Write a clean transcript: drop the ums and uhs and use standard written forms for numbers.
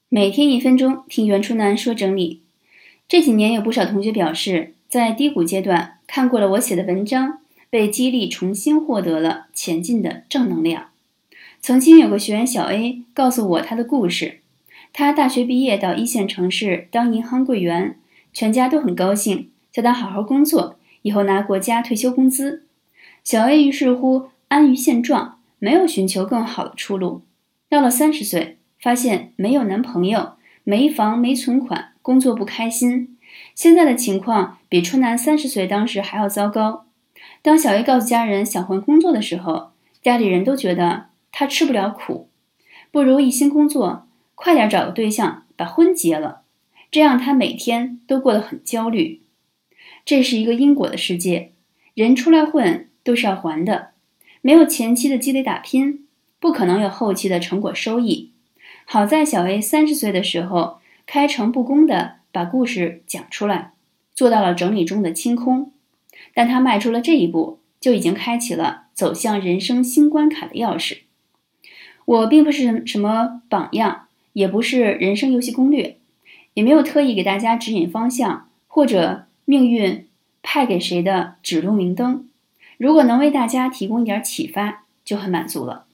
每天1分钟，听袁初楠说整理。这几年有不少同学表示，在低谷阶段看过了我写的文章，被激励重新获得了前进的正能量。曾经有个学员小 A 告诉我他的故事，他大学毕业到一线城市当银行柜员，全家都很高兴，叫他好好工作，以后拿国家退休工资。小 A 于是乎安于现状，没有寻求更好的出路。到了30岁，发现没有男朋友，没房没存款，工作不开心。现在的情况比初楠30岁当时还要糟糕。当小 A 告诉家人想换工作的时候，家里人都觉得他吃不了苦，不如一心工作，快点找个对象，把婚结了。这样他每天都过得很焦虑。这是一个因果的世界，人出来混都是要还的，没有前期的积累打拼，不可能有后期的成果收益。好在小 A 30岁的时候开诚布公地把故事讲出来，做到了整理中的清空。但他迈出了这一步，就已经开启了走向人生新关卡的钥匙。我并不是什么榜样，也不是人生游戏攻略，也没有特意给大家指引方向，或者命运派给谁的指路明灯。如果能为大家提供一点启发，就很满足了。